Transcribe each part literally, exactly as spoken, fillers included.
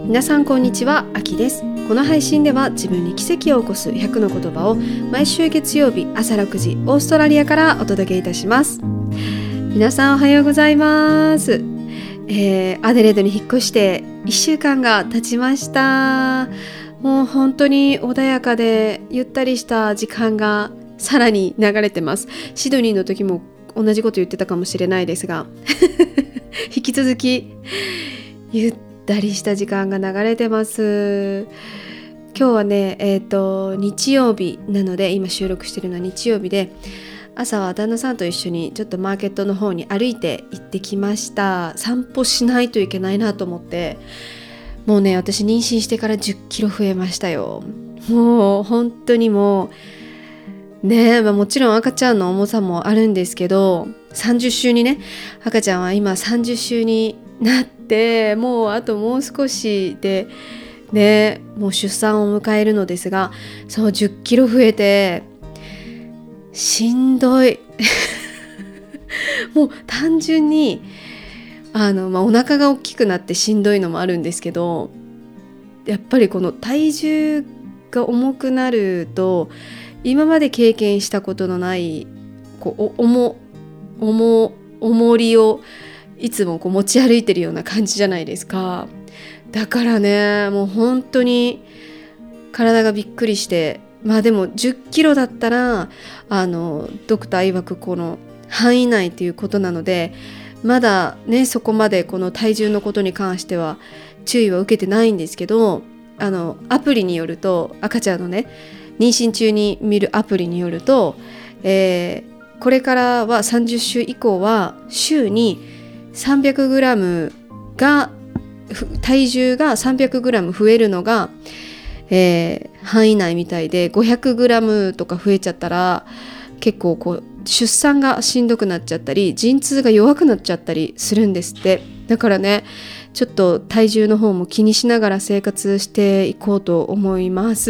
皆さんこんにちは、あきです。この配信では自分に奇跡を起こすひゃくの言葉を毎週月曜日朝ろくじオーストラリアからお届けいたします。皆さんおはようございます。えー、アデレードに引っ越していっしゅうかんが経ちました。もう本当に穏やかでゆったりした時間がさらに流れてます。シドニーの時も同じこと言ってたかもしれないですが引き続きゆったりした時間が流れてます。今日はね、えーと、日曜日なので、今収録してるのは日曜日で、朝は旦那さんと一緒にちょっとマーケットの方に歩いて行ってきました。散歩しないといけないなと思って、もうね、私妊娠してからじゅっキロ増えましたよ。もう本当にもうね、まあ、もちろん赤ちゃんの重さもあるんですけど、さんじゅっ週にね、赤ちゃんは今さんじゅっ週になって、もうあともう少しでね、もう出産を迎えるのですが、そうじゅっキロ増えてしんどいもう単純にあの、まあ、お腹が大きくなってしんどいのもあるんですけど、やっぱりこの体重が重くなると、今まで経験したことのないこうお重重重りをいつもこう持ち歩いてるような感じじゃないですか。だからね、もう本当に体がびっくりして、まあでもじゅっキロだったらあのドクター曰くこの範囲内ということなので、まだねそこまでこの体重のことに関しては注意は受けてないんですけど、あのアプリによると、赤ちゃんのね妊娠中に見るアプリによると、えー、これからはさんじゅっ週以降は週に さんびゃくグラム が体重が さんびゃくグラム 増えるのが、えー、範囲内みたいで、 ごひゃくグラム とか増えちゃったら結構こう出産がしんどくなっちゃったり、陣痛が弱くなっちゃったりするんですって。だからね、ちょっと体重の方も気にしながら生活していこうと思います。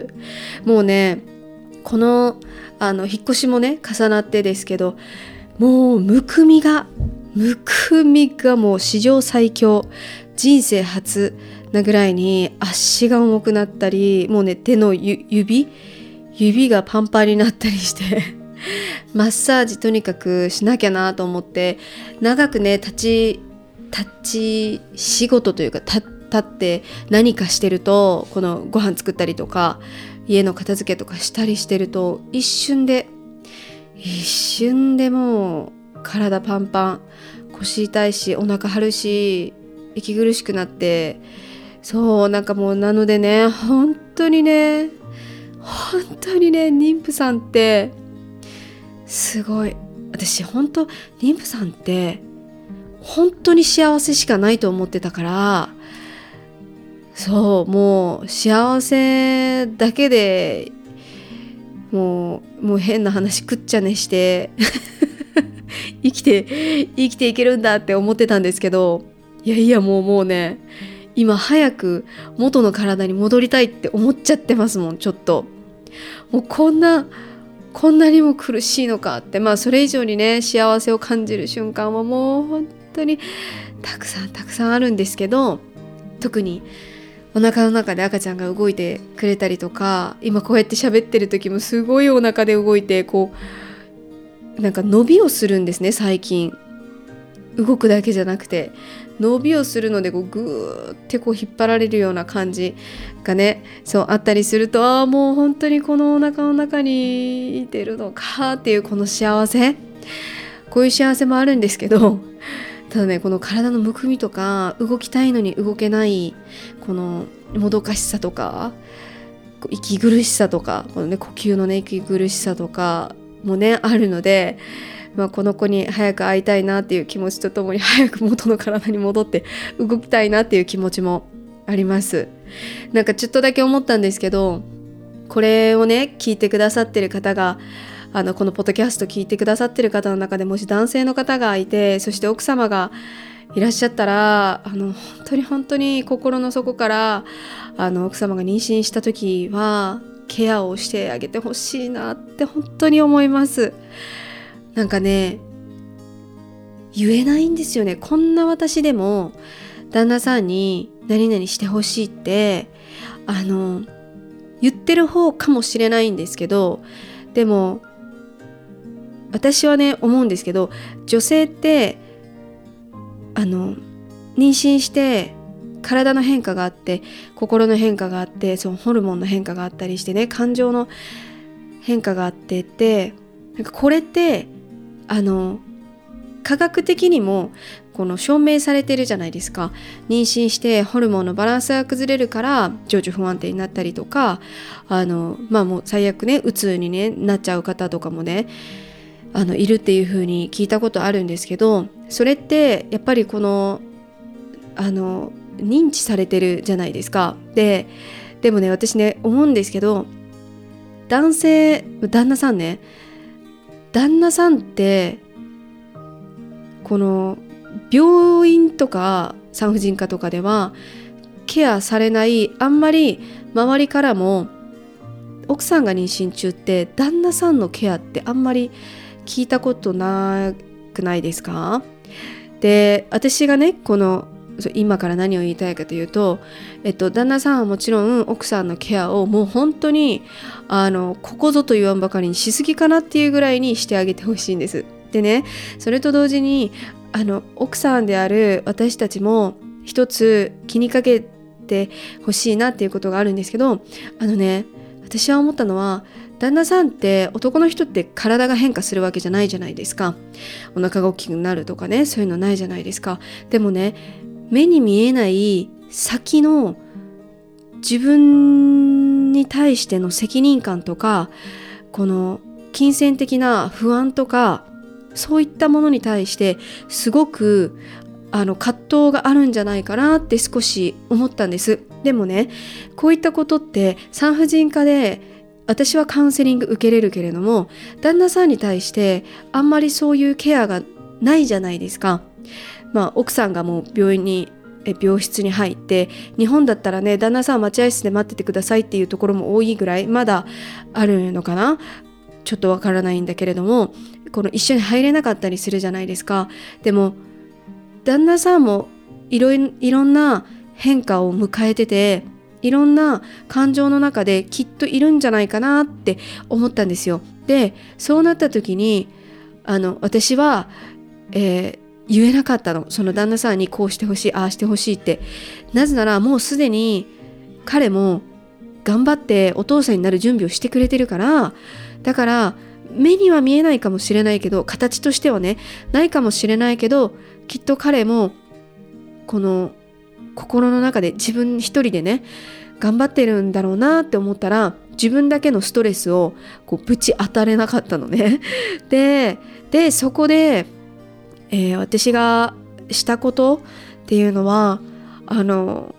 もうね、このあの引っ越しもね重なってですけど、もうむくみがむくみがもう史上最強、人生初なぐらいに足が重くなったり、もうね手の指指がパンパンになったりしてマッサージとにかくしなきゃなと思って、長くね立ち立ち仕事というか立って何かしてると、このご飯作ったりとか家の片付けとかしたりしてると、一瞬で一瞬でもう体パンパン、腰痛いしお腹張るし息苦しくなって、そうなんかもうなのでね、本当にね本当にね妊婦さんってすごい。私本当妊婦さんって本当に幸せしかないと思ってたから、そうもう幸せだけでもうもう変な話食っちゃねして生きて生きていけるんだって思ってたんですけど、いやいやもうもうね、今早く元の体に戻りたいって思っちゃってますもん。ちょっともうこんなこんなにも苦しいのかって、まあそれ以上にね幸せを感じる瞬間はもう本当にたくさんたくさんあるんですけど、特にお腹の中で赤ちゃんが動いてくれたりとか、今こうやって喋ってる時もすごいお腹で動いて、こうなんか伸びをするんですね。最近動くだけじゃなくて伸びをするので、こうグーってこう引っ張られるような感じがね、そうあったりすると、ああもう本当にこのお腹の中にいてるのかっていう、この幸せ、こういう幸せもあるんですけど、ただねこの体のむくみとか、動きたいのに動けないこのもどかしさとか息苦しさとか、このね呼吸のね息苦しさとかもねあるので、まあ、この子に早く会いたいなっていう気持ちとともに、早く元の体に戻って動きたいなっていう気持ちもあります。なんかちょっとだけ思ったんですけど、これをね聞いてくださってる方が、あのこのポッドキャスト聞いてくださってる方の中でもし男性の方がいて、そして奥様がいらっしゃったら、あの本当に本当に心の底からあの奥様が妊娠した時はケアをしてあげてほしいなって本当に思います。なんかね言えないんですよね。こんな私でも旦那さんに何々してほしいってあの言ってる方かもしれないんですけど、でも私はね思うんですけど、女性ってあの妊娠して体の変化があって心の変化があって、そのホルモンの変化があったりしてね、感情の変化があってって、なんかこれってあの科学的にもこの証明されてるじゃないですか。妊娠してホルモンのバランスが崩れるから情緒不安定になったりとか、あのまあもう最悪ねうつに、ね、なっちゃう方とかもねあのいるっていう風に聞いたことあるんですけど、それってやっぱりこのあの認知されてるじゃないですか。ででもね私ね思うんですけど、男性旦那さんね旦那さんってこの病院とか産婦人科とかではケアされない、あんまり周りからも奥さんが妊娠中って旦那さんのケアってあんまり聞いたことなくないですか？で私がねこの今から何を言いたいかというと、えっと、旦那さんはもちろん奥さんのケアをもう本当にあのここぞと言わんばかりにしすぎかなっていうぐらいにしてあげてほしいんです。でね、それと同時にあの奥さんである私たちも一つ気にかけてほしいなっていうことがあるんですけど、あのね私は思ったのは、旦那さんって男の人って体が変化するわけじゃないじゃないですか。お腹が大きくなるとかね、そういうのないじゃないですか。でもね目に見えない先の自分に対しての責任感とか、この金銭的な不安とか、そういったものに対してすごくあの葛藤があるんじゃないかなって少し思ったんです。でもねこういったことって産婦人科で私はカウンセリング受けれるけれども、旦那さんに対してあんまりそういうケアがないじゃないですか。まあ、奥さんがもう病院にえ病室に入って、日本だったらね旦那さんは待合室で待っててくださいっていうところも多いぐらいまだあるのかな、ちょっとわからないんだけれども、この一緒に入れなかったりするじゃないですか。でも旦那さんもいろい、いろんな変化を迎えてて、いろんな感情の中できっといるんじゃないかなって思ったんですよ。でそうなった時にあの私は、えー言えなかったの。その旦那さんにこうしてほしい、ああしてほしいって。なぜならもうすでに彼も頑張ってお父さんになる準備をしてくれてるから、だから目には見えないかもしれないけど、形としてはねないかもしれないけど、きっと彼もこの心の中で自分一人でね頑張ってるんだろうなって思ったら、自分だけのストレスをこうぶち当たれなかったのね。で、でそこでえー、私がしたことっていうのはあの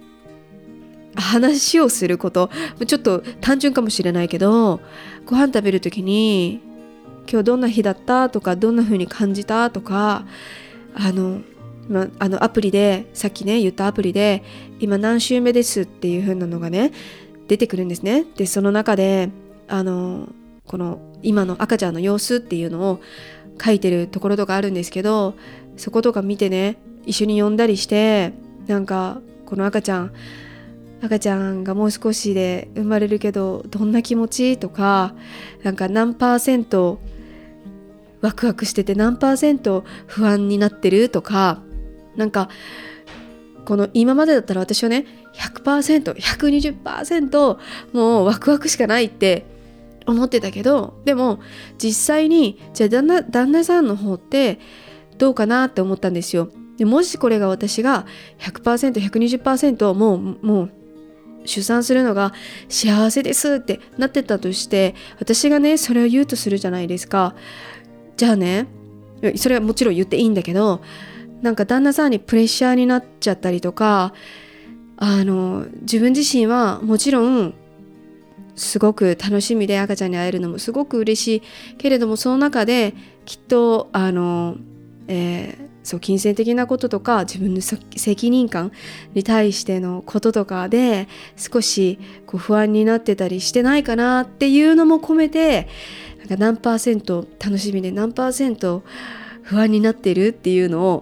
話をすること、ちょっと単純かもしれないけど、ご飯食べる時に今日どんな日だったとか、どんな風に感じたとか、あの、ま、あのアプリでさっきね言ったアプリで今何週目ですっていう風なのがね出てくるんですね。でその中であのこの今の赤ちゃんの様子っていうのを書いてるところとかあるんですけど、そことか見てね一緒に読んだりして、なんかこの赤ちゃん赤ちゃんがもう少しで生まれるけどどんな気持ちとか、なんか何パーセントワクワクしてて何パーセント不安になってるとか、なんかこの今までだったら私はね ひゃくパーセント、ひゃくにじゅっパーセント もうワクワクしかないって思ってたけど、でも実際にじゃあ旦那、旦那さんの方ってどうかなって思ったんですよ。でもしこれが私が ひゃくパーセント、ひゃくにじゅっパーセント もうもう出産するのが幸せですってなってたとして、私がねそれを言うとするじゃないですか。じゃあねそれはもちろん言っていいんだけど、なんか旦那さんにプレッシャーになっちゃったりとか、あの自分自身はもちろんすごく楽しみで赤ちゃんに会えるのもすごく嬉しいけれども、その中できっとあの、えー、そう金銭的なこととか自分の責任感に対してのこととかで少しこう不安になってたりしてないかなっていうのも込めて、なんか何パーセント楽しみで何パーセント不安になってるっていうのを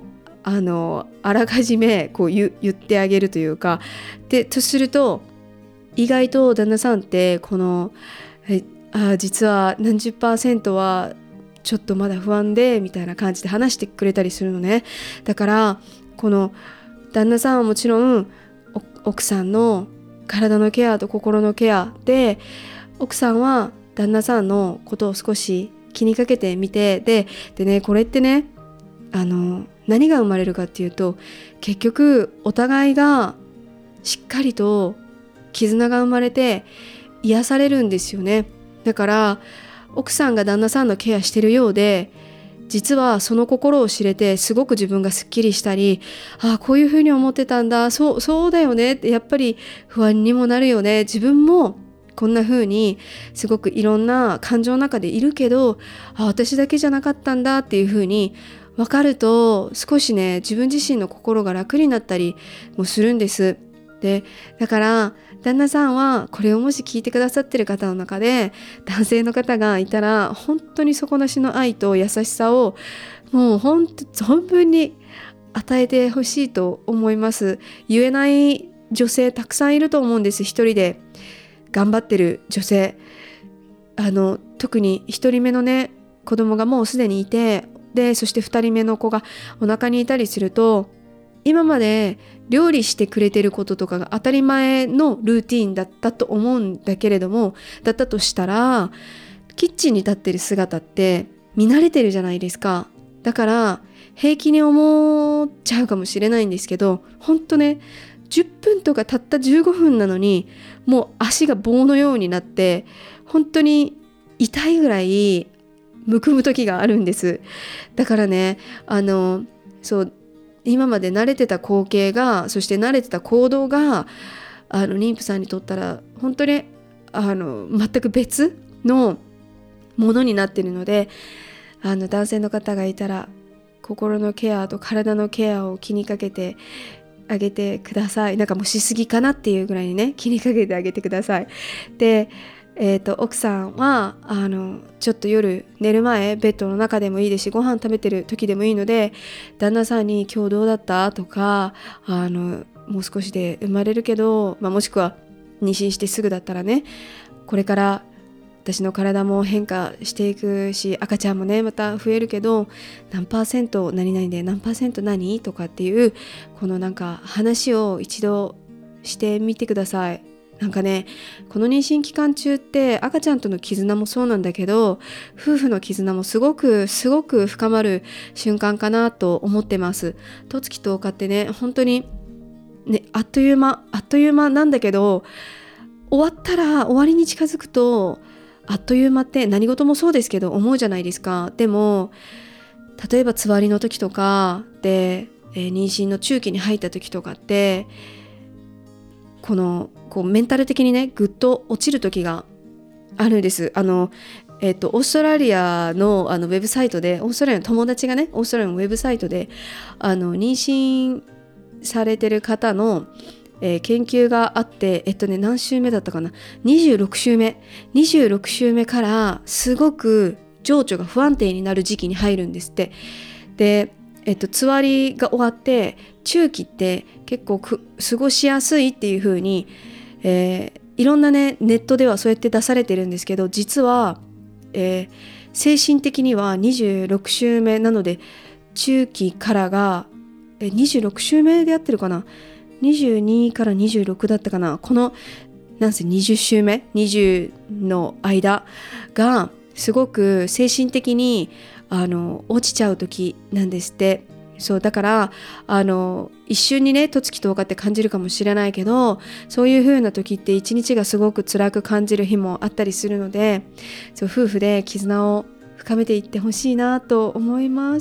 あのあらかじめこう 言, 言ってあげるというか、でとすると意外と旦那さんってこのえあ実は何十パーセントはちょっとまだ不安でみたいな感じで話してくれたりするのね。だからこの旦那さんはもちろん奥さんの体のケアと心のケアで、奥さんは旦那さんのことを少し気にかけてみて、で、でねこれってねあの何が生まれるかっていうと、結局お互いがしっかりと絆が生まれて癒されるんですよね。だから奥さんが旦那さんのケアしてるようで、実はその心を知れてすごく自分がすっきりしたり、ああこういうふうに思ってたんだ、そうそうだよねって、やっぱり不安にもなるよね、自分もこんな風にすごくいろんな感情の中でいるけど、あ私だけじゃなかったんだっていう風に分かると、少しね自分自身の心が楽になったりもするんです。でだから旦那さんはこれをもし聞いてくださってる方の中で男性の方がいたら、本当に底なしの愛と優しさをもう本当存分に与えてほしいと思います。言えない女性たくさんいると思うんです。一人で頑張ってる女性、あの特に一人目のね子供がもうすでにいて、でそして二人目の子がお腹にいたりすると、今まで料理してくれてることとかが当たり前のルーティーンだったと思うんだけれども、だったとしたらキッチンに立ってる姿って見慣れてるじゃないですか。だから平気に思っちゃうかもしれないんですけど、ほんとねじゅっぷんとかたったじゅうごふんなのにもう足が棒のようになって本当に痛いぐらいむくむ時があるんです。だからねあのそう今まで慣れてた光景が、そして慣れてた行動があの妊婦さんにとったら本当にあの全く別のものになっているので、あの男性の方がいたら心のケアと体のケアを気にかけてあげてください。なんかもうしすぎかなっていうぐらいにね気にかけてあげてください。でえー、と奥さんはあのちょっと夜寝る前ベッドの中でもいいですし、ご飯食べてる時でもいいので、旦那さんに今日どうだったとか、あのもう少しで生まれるけど、まあ、もしくは妊娠してすぐだったらね、これから私の体も変化していくし、赤ちゃんもねまた増えるけど何パーセント何々で何パーセント何とかっていうこのなんか話を一度してみてください。なんかねこの妊娠期間中って赤ちゃんとの絆もそうなんだけど、夫婦の絆もすごくすごく深まる瞬間かなと思ってます。十月とおかってね本当にねあっという間あっという間なんだけど、終わったら終わりに近づくとあっという間って何事もそうですけど思うじゃないですか。でも例えばつわりの時とかで、えー、妊娠の中期に入った時とかってこのこうメンタル的にねぐっと落ちる時があるんです。あの、えーと、オーストラリアの、あのウェブサイトで、オーストラリアの友達がねオーストラリアのウェブサイトであの妊娠されてる方の、えー、研究があって、えっとね何週目だったかな、にじゅうろく週目にじゅうろく週目からすごく情緒が不安定になる時期に入るんですって。でえっと、つわりが終わって中期って結構く過ごしやすいっていう風に、えー、いろんなねネットではそうやって出されてるんですけど、実は、えー、精神的にはにじゅうろく週目なので中期からが、えー、にじゅうろく週目でやってるかな、にじゅうにからにじゅうろくだったかな、このなんせにじゅう週目にじゅうの間がすごく精神的にあの落ちちゃう時なんですって。そうだからあの一瞬にね十月とおかって感じるかもしれないけど、そういう風な時って一日がすごく辛く感じる日もあったりするので、そう夫婦で絆を深めていってほしいなと思います。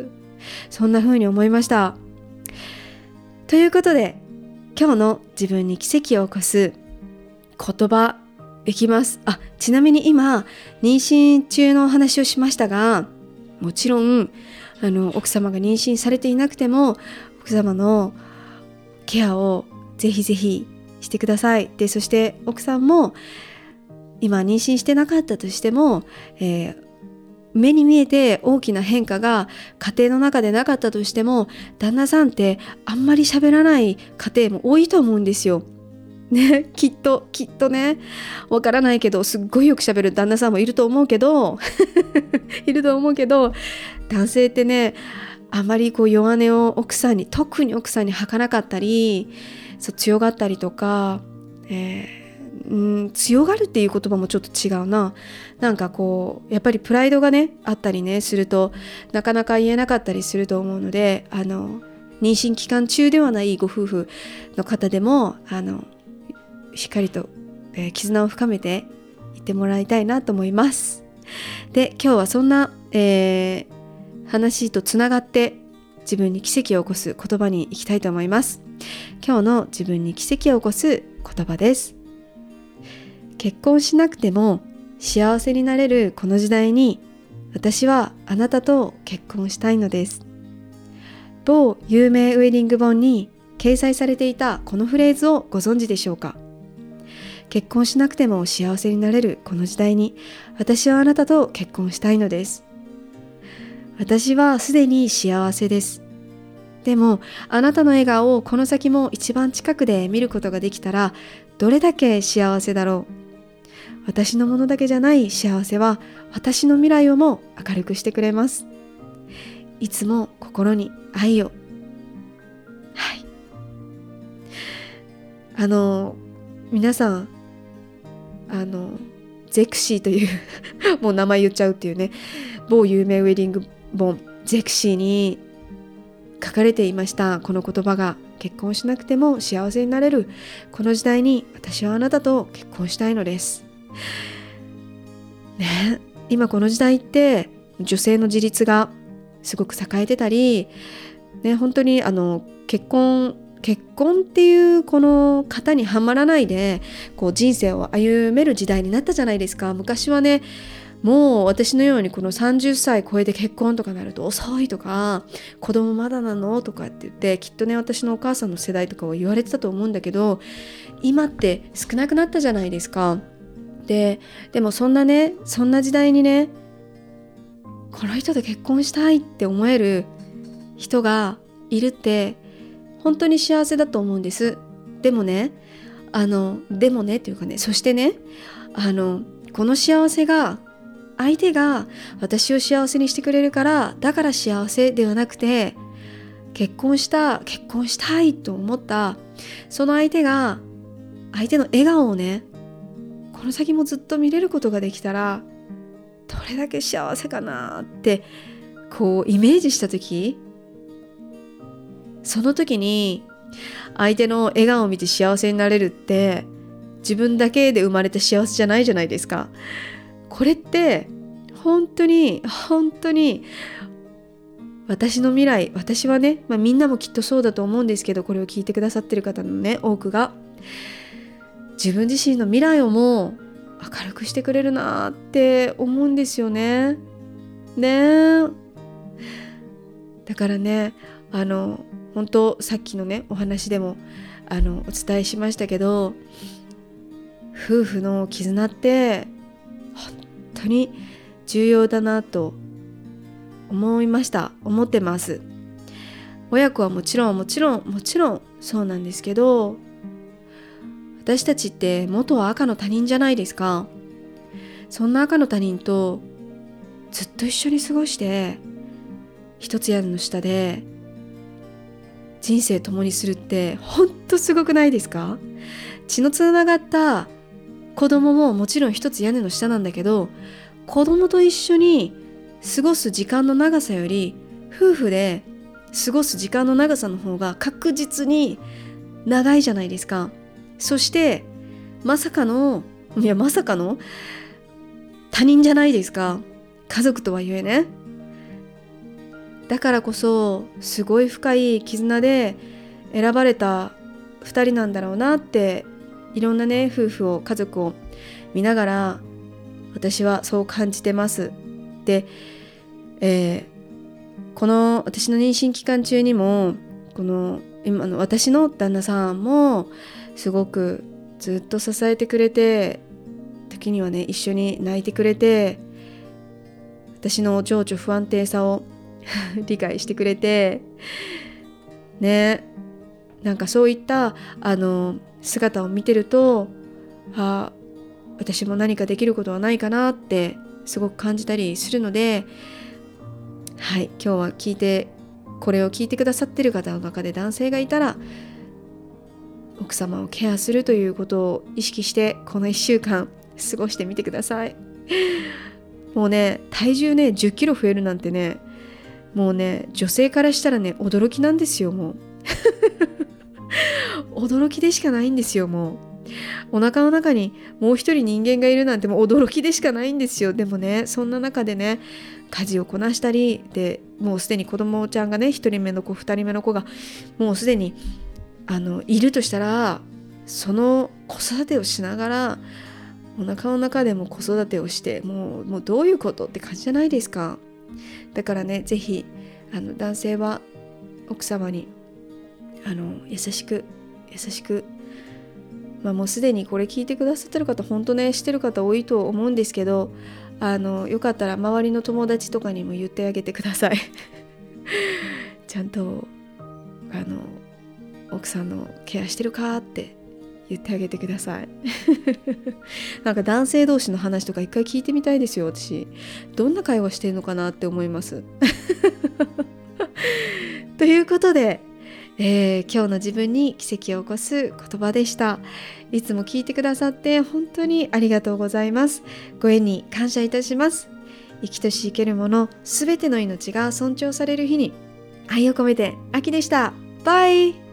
そんな風に思いました。ということで今日の自分に奇跡を起こす言葉いきます。あ、ちなみに今妊娠中のお話をしましたが、もちろんあの奥様が妊娠されていなくても奥様のケアをぜひぜひしてください。でそして奥さんも今妊娠してなかったとしても、えー、 目に見えて大きな変化が家庭の中でなかったとしても、旦那さんってあんまり喋らない家庭も多いと思うんですよ。ね、きっときっとね、わからないけどすっごいよく喋る旦那さんもいると思うけどいると思うけど、男性ってね、あまりこう弱音を奥さんに、特に奥さんに吐かなかったり、そう強がったりとか、えーうん、強がるっていう言葉もちょっと違うな。なんかこうやっぱりプライドがねあったりねすると、なかなか言えなかったりすると思うので、あの妊娠期間中ではないご夫婦の方でも、あのしっかりと、えー、絆を深めていってもらいたいなと思います。で、今日はそんな、えー、話とつながって自分に奇跡を起こす言葉にいきたいと思います。今日の自分に奇跡を起こす言葉です。結婚しなくても幸せになれるこの時代に、私はあなたと結婚したいのです。某有名ウェディング本に掲載されていたこのフレーズをご存知でしょうか。結婚しなくても幸せになれるこの時代に、私はあなたと結婚したいのです。私はすでに幸せです。でもあなたの笑顔をこの先も一番近くで見ることができたら、どれだけ幸せだろう。私のものだけじゃない幸せは、私の未来をも明るくしてくれます。いつも心に愛を。はい。あの皆さん、あのゼクシーというもう名前言っちゃうっていうね、某有名ウェディング本ゼクシーに書かれていましたこの言葉が、結婚しなくても幸せになれるこの時代に、私はあなたと結婚したいのですね。今この時代って女性の自立がすごく栄えてたり、ね、本当にあの結婚結婚っていうこの型にはまらないでこう人生を歩める時代になったじゃないですか。昔はね、もう私のようにこのさんじゅっさい超えて結婚とかなると遅いとか、子供まだなのとかって言って、きっとね私のお母さんの世代とかは言われてたと思うんだけど、今って少なくなったじゃないですか。で、でもそんなねそんな時代にね、この人と結婚したいって思える人がいるって本当に幸せだと思うんです。でもね、あのでもねっていうかね、そしてね、あのこの幸せが相手が私を幸せにしてくれるからだから幸せではなくて、結婚した結婚したいと思ったその相手が相手の笑顔をね、この先もずっと見れることができたら、どれだけ幸せかなってこうイメージした時、その時に相手の笑顔を見て幸せになれるって、自分だけで生まれた幸せじゃないじゃないですか。これって本当に本当に私の未来、私はね、まあ、みんなもきっとそうだと思うんですけど、これを聞いてくださってる方のね多くが自分自身の未来をも明るくしてくれるなって思うんですよね。ねえ。だからね、あの本当さっきのねお話でもあのお伝えしましたけど、夫婦の絆って本当に重要だなと思いました思ってます。親子はもちろんもちろんもちろんそうなんですけど、私たちって元は赤の他人じゃないですか。そんな赤の他人とずっと一緒に過ごして一つ屋根の下で人生共にするって本当すごくないですか？血のつながった子供ももちろん一つ屋根の下なんだけど、子供と一緒に過ごす時間の長さより夫婦で過ごす時間の長さの方が確実に長いじゃないですか。そしてまさかのいやまさかの他人じゃないですか、家族とはいえね。だからこそすごい深い絆で選ばれたふたりなんだろうなって、いろんなね夫婦を家族を見ながら私はそう感じてます。で、えー、この私の妊娠期間中にもこの今の私の旦那さんもすごくずっと支えてくれて、時にはね一緒に泣いてくれて、 私の情緒不安定さを理解してくれてね、なんかそういったあの姿を見てると、あ、私も何かできることはないかなってすごく感じたりするので、はい、今日は聞いてこれを聞いてくださってる方の中で男性がいたら、奥様をケアするということを意識してこのいっしゅうかん過ごしてみてください。もうね、体重ねじゅっキロ増えるなんてね、もうね、女性からしたらね驚きなんですよ。もう驚きでしかないんですよ。もうお腹の中にもう一人人間がいるなんてもう驚きでしかないんですよ。でもね、そんな中でね、家事をこなしたりで、もうすでに子供ちゃんがね、一人目の子二人目の子がもうすでにあのいるとしたら、その子育てをしながらお腹の中でも子育てをして、もう、もうどういうことって感じじゃないですか。だからね、ぜひあの男性は奥様にあの優しく優しく、まあ、もうすでにこれ聞いてくださってる方、本当ねしてる方多いと思うんですけど、あのよかったら周りの友達とかにも言ってあげてください。ちゃんとあの奥さんのケアしてるかって言ってあげてください。なんか男性同士の話とか一回聞いてみたいですよ。私どんな会話してるのかなって思います。ということで、えー、今日の自分に奇跡を起こす言葉でした。いつも聞いてくださって本当にありがとうございます。ご縁に感謝いたします。生きとし生けるものすべての命が尊重される日に、愛を込めて、あきでした。バイ。